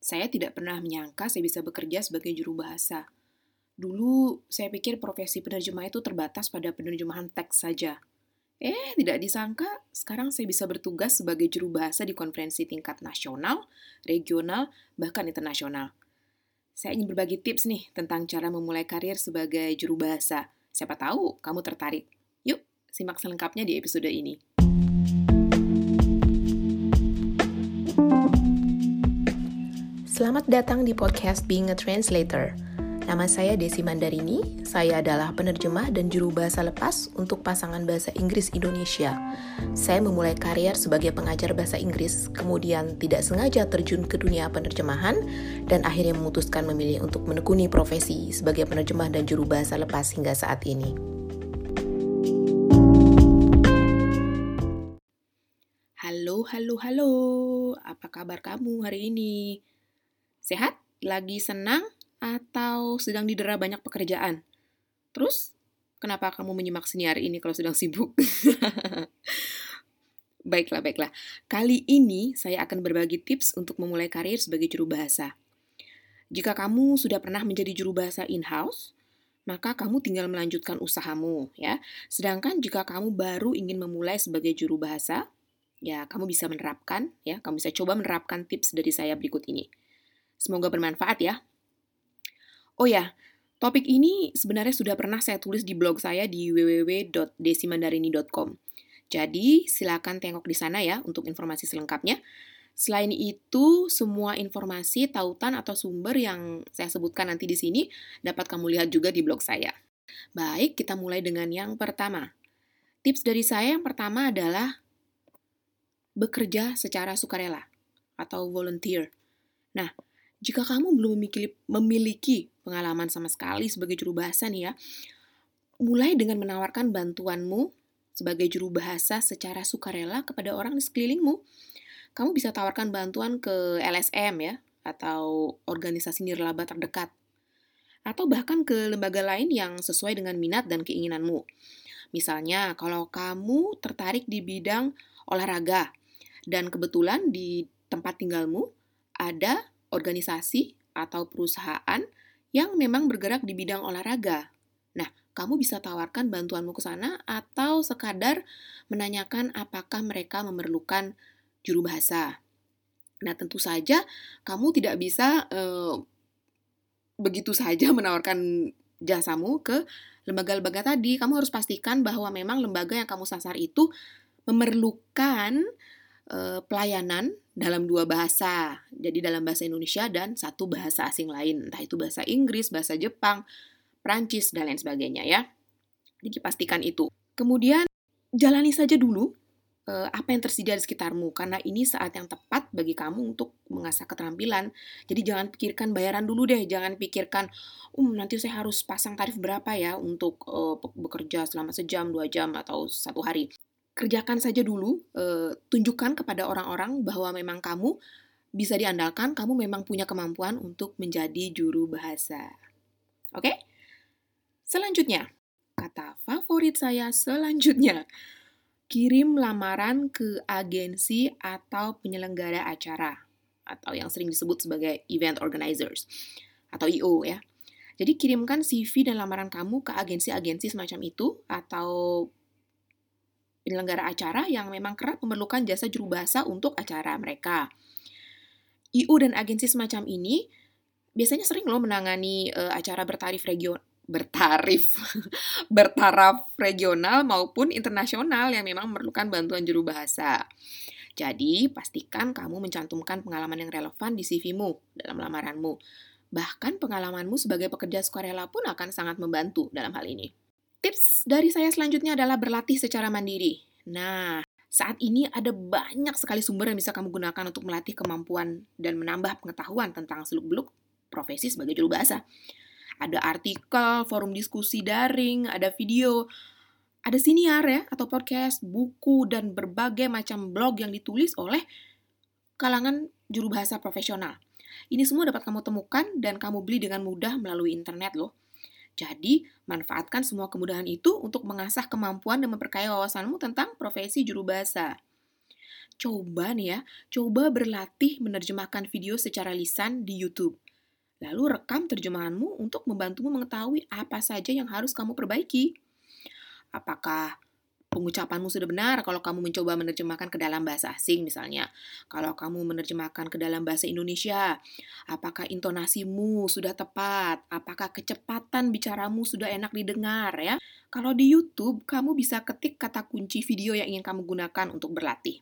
Saya tidak pernah menyangka saya bisa bekerja sebagai juru bahasa. Dulu, saya pikir profesi penerjemah itu terbatas pada penerjemahan teks saja. Tidak disangka, sekarang saya bisa bertugas sebagai juru bahasa di konferensi tingkat nasional, regional, bahkan internasional. Saya ingin berbagi tips nih tentang cara memulai karir sebagai juru bahasa. Siapa tahu kamu tertarik. Yuk, simak selengkapnya di episode ini. Selamat datang di podcast Being a Translator. Nama saya Desi Mandarini, saya adalah penerjemah dan juru bahasa lepas untuk pasangan bahasa Inggris Indonesia. Saya memulai karier sebagai pengajar bahasa Inggris, kemudian tidak sengaja terjun ke dunia penerjemahan, dan akhirnya memutuskan memilih untuk menekuni profesi sebagai penerjemah dan juru bahasa lepas hingga saat ini. Halo, apa kabar kamu hari ini? Sehat? Lagi senang? Atau sedang didera banyak pekerjaan? Terus, kenapa kamu menyimak siniar ini kalau sedang sibuk? Baiklah. Kali ini saya akan berbagi tips untuk memulai karir sebagai juru bahasa. Jika kamu sudah pernah menjadi juru bahasa in-house, maka kamu tinggal melanjutkan usahamu, ya. Sedangkan jika kamu baru ingin memulai sebagai juru bahasa, ya kamu bisa menerapkan, ya, kamu bisa coba menerapkan tips dari saya berikut ini. Semoga bermanfaat ya. Oh ya, topik ini sebenarnya sudah pernah saya tulis di blog saya di www.desimandarini.com. Jadi, silakan tengok di sana ya untuk informasi selengkapnya. Selain itu, semua informasi, tautan, atau sumber yang saya sebutkan nanti di sini dapat kamu lihat juga di blog saya. Baik, kita mulai dengan yang pertama. Tips dari saya yang pertama adalah bekerja secara sukarela atau volunteer. Nah, jika kamu belum memiliki pengalaman sama sekali sebagai juru bahasa nih ya, mulai dengan menawarkan bantuanmu sebagai juru bahasa secara sukarela kepada orang di sekelilingmu. Kamu bisa tawarkan bantuan ke LSM ya, atau organisasi nirlaba terdekat. Atau bahkan ke lembaga lain yang sesuai dengan minat dan keinginanmu. Misalnya, kalau kamu tertarik di bidang olahraga, dan kebetulan di tempat tinggalmu ada organisasi atau perusahaan yang memang bergerak di bidang olahraga. Nah, kamu bisa tawarkan bantuanmu ke sana atau sekadar menanyakan apakah mereka memerlukan juru bahasa. Nah, tentu saja kamu tidak bisa begitu saja menawarkan jasamu ke lembaga-lembaga tadi. Kamu harus pastikan bahwa memang lembaga yang kamu sasar itu memerlukan pelayanan dalam 2 bahasa. Jadi dalam bahasa Indonesia dan 1 bahasa asing lain. Entah itu bahasa Inggris, bahasa Jepang, Prancis, dan lain sebagainya ya. Jadi pastikan itu. Kemudian jalani saja dulu apa yang tersedia di sekitarmu. Karena ini saat yang tepat bagi kamu untuk mengasah keterampilan. Jadi jangan pikirkan bayaran dulu deh. Jangan pikirkan, nanti saya harus pasang tarif berapa ya untuk bekerja selama sejam, 2 jam, atau 1 hari. Kerjakan saja dulu, tunjukkan kepada orang-orang bahwa memang kamu bisa diandalkan, kamu memang punya kemampuan untuk menjadi juru bahasa. Oke? Selanjutnya, kata favorit saya selanjutnya, kirim lamaran ke agensi atau penyelenggara acara, atau yang sering disebut sebagai event organizers, atau I.O. ya. Jadi kirimkan CV dan lamaran kamu ke agensi-agensi semacam itu, atau penyelenggara acara yang memang kerap memerlukan jasa juru bahasa untuk acara mereka. I.U. dan agensi semacam ini biasanya sering loh menangani acara bertaraf regional maupun internasional yang memang memerlukan bantuan juru bahasa. Jadi, pastikan kamu mencantumkan pengalaman yang relevan di CV-mu dalam lamaranmu. Bahkan pengalamanmu sebagai pekerja sukarela pun akan sangat membantu dalam hal ini. Tips dari saya selanjutnya adalah berlatih secara mandiri. Nah, saat ini ada banyak sekali sumber yang bisa kamu gunakan untuk melatih kemampuan dan menambah pengetahuan tentang seluk-beluk profesi sebagai juru bahasa. Ada artikel, forum diskusi daring, ada video, ada siniar ya, atau podcast, buku, dan berbagai macam blog yang ditulis oleh kalangan juru bahasa profesional. Ini semua dapat kamu temukan dan kamu beli dengan mudah melalui internet loh. Jadi, manfaatkan semua kemudahan itu untuk mengasah kemampuan dan memperkaya wawasanmu tentang profesi juru bahasa. Coba nih ya, coba berlatih menerjemahkan video secara lisan di YouTube. Lalu rekam terjemahanmu untuk membantumu mengetahui apa saja yang harus kamu perbaiki. Apakah pengucapanmu sudah benar kalau kamu mencoba menerjemahkan ke dalam bahasa asing misalnya. Kalau kamu menerjemahkan ke dalam bahasa Indonesia, apakah intonasimu sudah tepat? Apakah kecepatan bicaramu sudah enak didengar ya? Kalau di YouTube, kamu bisa ketik kata kunci video yang ingin kamu gunakan untuk berlatih.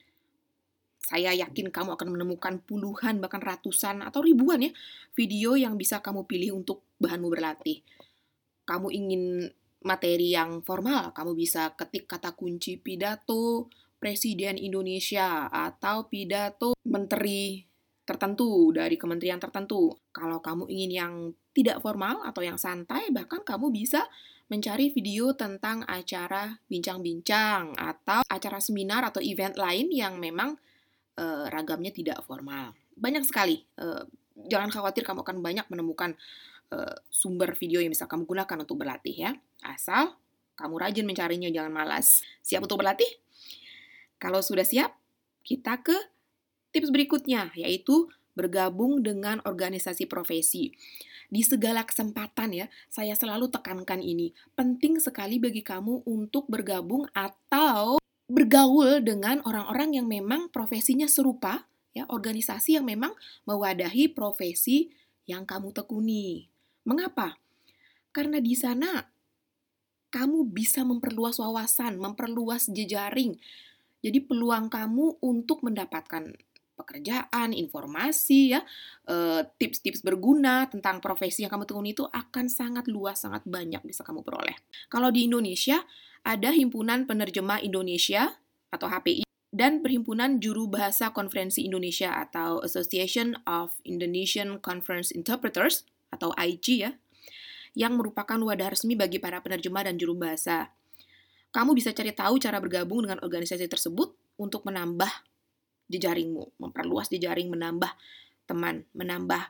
Saya yakin kamu akan menemukan puluhan bahkan ratusan atau ribuan ya video yang bisa kamu pilih untuk bahanmu berlatih. Kamu ingin materi yang formal, kamu bisa ketik kata kunci pidato Presiden Indonesia atau pidato menteri tertentu dari kementerian tertentu. Kalau kamu ingin yang tidak formal atau yang santai, bahkan kamu bisa mencari video tentang acara bincang-bincang atau acara seminar atau event lain yang memang ragamnya tidak formal. Banyak sekali. Jangan khawatir, kamu akan banyak menemukan sumber video yang bisa kamu gunakan untuk berlatih ya. Asal kamu rajin mencarinya, jangan malas. Siap untuk berlatih? Kalau sudah siap, kita ke tips berikutnya, yaitu bergabung dengan organisasi profesi. Di segala kesempatan ya, saya selalu tekankan ini. Penting sekali bagi kamu untuk bergabung atau bergaul dengan orang-orang yang memang profesinya serupa, ya, organisasi yang memang mewadahi profesi yang kamu tekuni. Mengapa? Karena di sana kamu bisa memperluas wawasan, memperluas jejaring. Jadi peluang kamu untuk mendapatkan pekerjaan, informasi, ya, tips-tips berguna tentang profesi yang kamu tekuni itu akan sangat luas, sangat banyak bisa kamu peroleh. Kalau di Indonesia, ada Himpunan Penerjemah Indonesia atau HPI dan Perhimpunan Juru Bahasa Konferensi Indonesia atau Association of Indonesian Conference Interpreters atau IG ya, yang merupakan wadah resmi bagi para penerjemah dan juru bahasa. Kamu bisa cari tahu cara bergabung dengan organisasi tersebut untuk menambah jejaringmu, memperluas jejaring, menambah teman, menambah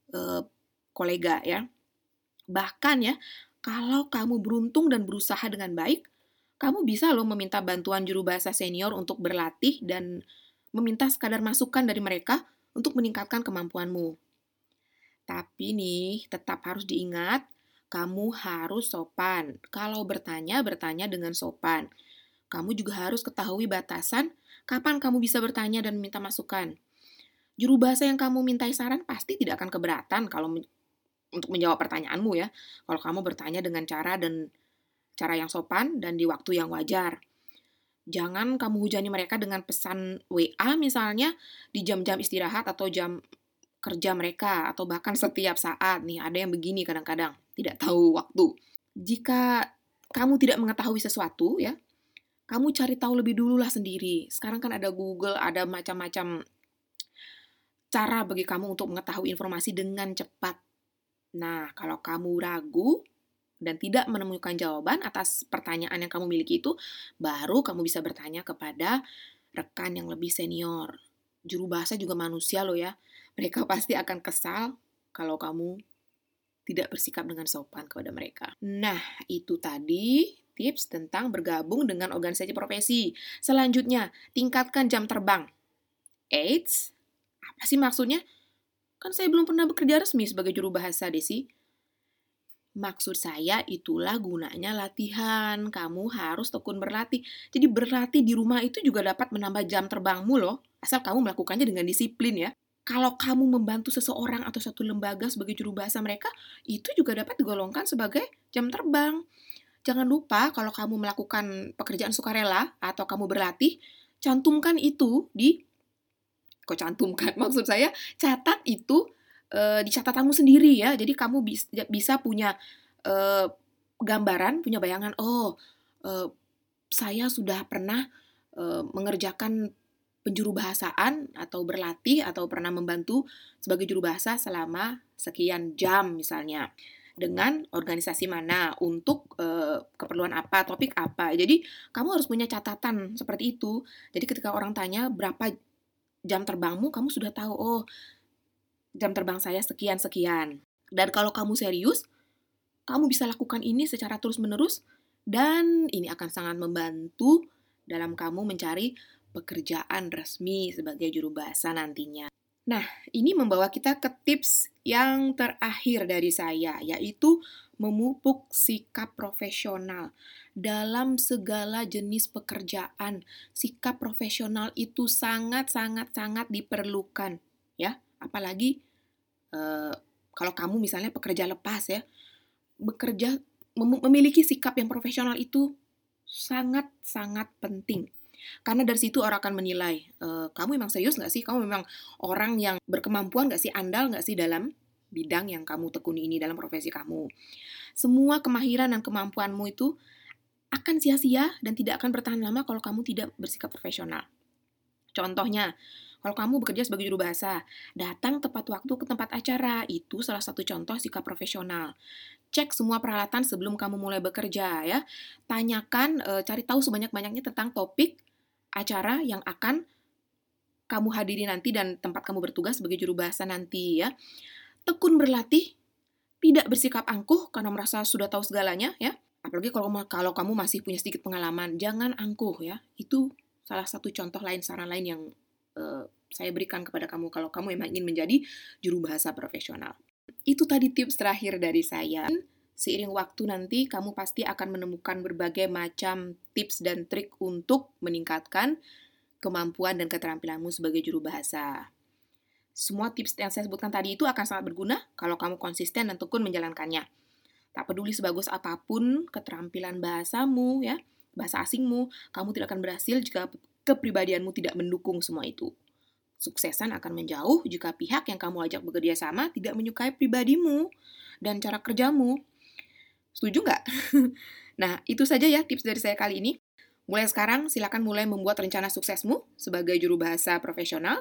kolega ya. Bahkan ya, kalau kamu beruntung dan berusaha dengan baik, kamu bisa loh meminta bantuan juru bahasa senior untuk berlatih dan meminta sekadar masukan dari mereka untuk meningkatkan kemampuanmu. Tapi nih, tetap harus diingat, kamu harus sopan. Kalau bertanya, bertanya dengan sopan. Kamu juga harus ketahui batasan kapan kamu bisa bertanya dan meminta masukan. Juru bahasa yang kamu mintai saran pasti tidak akan keberatan kalau untuk menjawab pertanyaanmu ya. Kalau kamu bertanya dengan cara yang sopan dan di waktu yang wajar. Jangan kamu hujani mereka dengan pesan WA misalnya di jam-jam istirahat atau jam kerja mereka atau bahkan setiap saat. Nih, ada yang begini kadang-kadang, tidak tahu waktu. Jika kamu tidak mengetahui sesuatu ya, kamu cari tahu lebih dulu lah sendiri. Sekarang kan ada Google, ada macam-macam cara bagi kamu untuk mengetahui informasi dengan cepat. Nah, kalau kamu ragu dan tidak menemukan jawaban atas pertanyaan yang kamu miliki itu, baru kamu bisa bertanya kepada rekan yang lebih senior. Juru bahasa juga manusia loh ya. Mereka pasti akan kesal kalau kamu tidak bersikap dengan sopan kepada mereka. Nah, itu tadi tips tentang bergabung dengan organisasi profesi. Selanjutnya, tingkatkan jam terbang. Eits, apa sih maksudnya? Kan saya belum pernah bekerja resmi sebagai juru bahasa, Desi. Maksud saya itulah gunanya latihan. Kamu harus tekun berlatih. Jadi berlatih di rumah itu juga dapat menambah jam terbangmu loh. Asal kamu melakukannya dengan disiplin ya. Kalau kamu membantu seseorang atau satu lembaga sebagai juru bahasa mereka, itu juga dapat digolongkan sebagai jam terbang. Jangan lupa kalau kamu melakukan pekerjaan sukarela atau kamu berlatih, cantumkan itu maksud saya catat itu di catatanmu sendiri ya. Jadi kamu bisa punya gambaran, punya bayangan, saya sudah pernah mengerjakan penjuru bahasaan atau berlatih atau pernah membantu sebagai juru bahasa selama sekian jam misalnya. Dengan organisasi mana, untuk keperluan apa, topik apa. Jadi, kamu harus punya catatan seperti itu. Jadi, ketika orang tanya berapa jam terbangmu, kamu sudah tahu, jam terbang saya sekian-sekian. Dan kalau kamu serius, kamu bisa lakukan ini secara terus-menerus, dan ini akan sangat membantu dalam kamu mencari pekerjaan resmi sebagai juru bahasa nantinya. Nah, ini membawa kita ke tips yang terakhir dari saya, yaitu memupuk sikap profesional. Dalam segala jenis pekerjaan, sikap profesional itu sangat diperlukan, ya. Apalagi kalau kamu misalnya pekerja lepas ya, memiliki sikap yang profesional itu sangat penting. Karena dari situ orang akan menilai, kamu memang serius nggak sih? Kamu memang orang yang berkemampuan nggak sih? Andal nggak sih dalam bidang yang kamu tekuni ini, dalam profesi kamu? Semua kemahiran dan kemampuanmu itu akan sia-sia dan tidak akan bertahan lama kalau kamu tidak bersikap profesional. Contohnya, kalau kamu bekerja sebagai juru bahasa, datang tepat waktu ke tempat acara, itu salah satu contoh sikap profesional. Cek semua peralatan sebelum kamu mulai bekerja ya. Tanyakan, cari tahu sebanyak-banyaknya tentang topik acara yang akan kamu hadiri nanti dan tempat kamu bertugas sebagai juru bahasa nanti ya. Tekun berlatih, tidak bersikap angkuh karena merasa sudah tahu segalanya ya. Apalagi kalau kamu masih punya sedikit pengalaman, jangan angkuh ya. Itu salah satu contoh lain, saran lain yang saya berikan kepada kamu kalau kamu memang ingin menjadi juru bahasa profesional. Itu tadi tips terakhir dari saya. Seiring waktu nanti kamu pasti akan menemukan berbagai macam tips dan trik untuk meningkatkan kemampuan dan keterampilanmu sebagai juru bahasa. Semua tips yang saya sebutkan tadi itu akan sangat berguna kalau kamu konsisten dan tekun menjalankannya. Tak peduli sebagus apapun keterampilan bahasamu, ya, bahasa asingmu, kamu tidak akan berhasil jika kepribadianmu tidak mendukung semua itu. Suksesan akan menjauh jika pihak yang kamu ajak bekerja sama tidak menyukai pribadimu dan cara kerjamu. Setuju nggak? Nah, itu saja ya tips dari saya kali ini. Mulai sekarang, silakan mulai membuat rencana suksesmu sebagai juru bahasa profesional.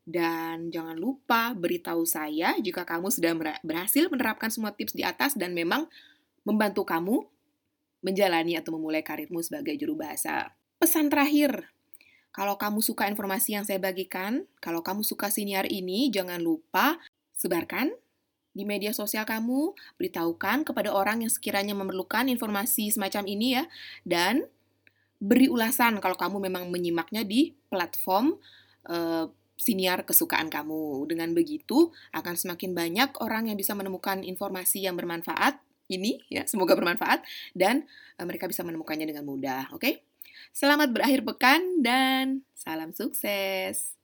Dan jangan lupa beritahu saya jika kamu sudah berhasil menerapkan semua tips di atas dan memang membantu kamu menjalani atau memulai karirmu sebagai juru bahasa. Pesan terakhir, kalau kamu suka informasi yang saya bagikan, kalau kamu suka siniar ini, jangan lupa sebarkan di media sosial kamu, beritahukan kepada orang yang sekiranya memerlukan informasi semacam ini ya, dan beri ulasan kalau kamu memang menyimaknya di platform siniar kesukaan kamu. Dengan begitu, akan semakin banyak orang yang bisa menemukan informasi yang bermanfaat ini, ya, semoga bermanfaat, dan mereka bisa menemukannya dengan mudah, oke? Selamat berakhir pekan dan salam sukses!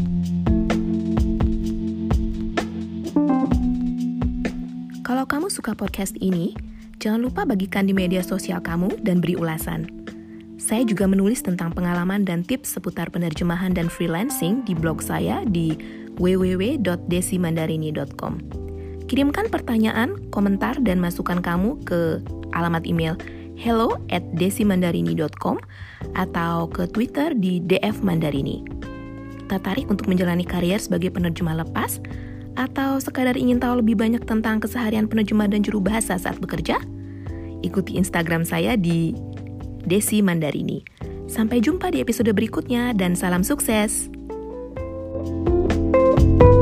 Kalau kamu suka podcast ini, jangan lupa bagikan di media sosial kamu dan beri ulasan. Saya juga menulis tentang pengalaman dan tips seputar penerjemahan dan freelancing di blog saya di www.desimandarini.com. Kirimkan pertanyaan, komentar, dan masukan kamu ke alamat email hello@desimandarini.com atau ke Twitter di @dfmandarini. Tertarik untuk menjalani karier sebagai penerjemah lepas? Atau sekadar ingin tahu lebih banyak tentang keseharian penerjemah dan juru bahasa saat bekerja? Ikuti Instagram saya di Desi Mandarini. Sampai jumpa di episode berikutnya dan salam sukses!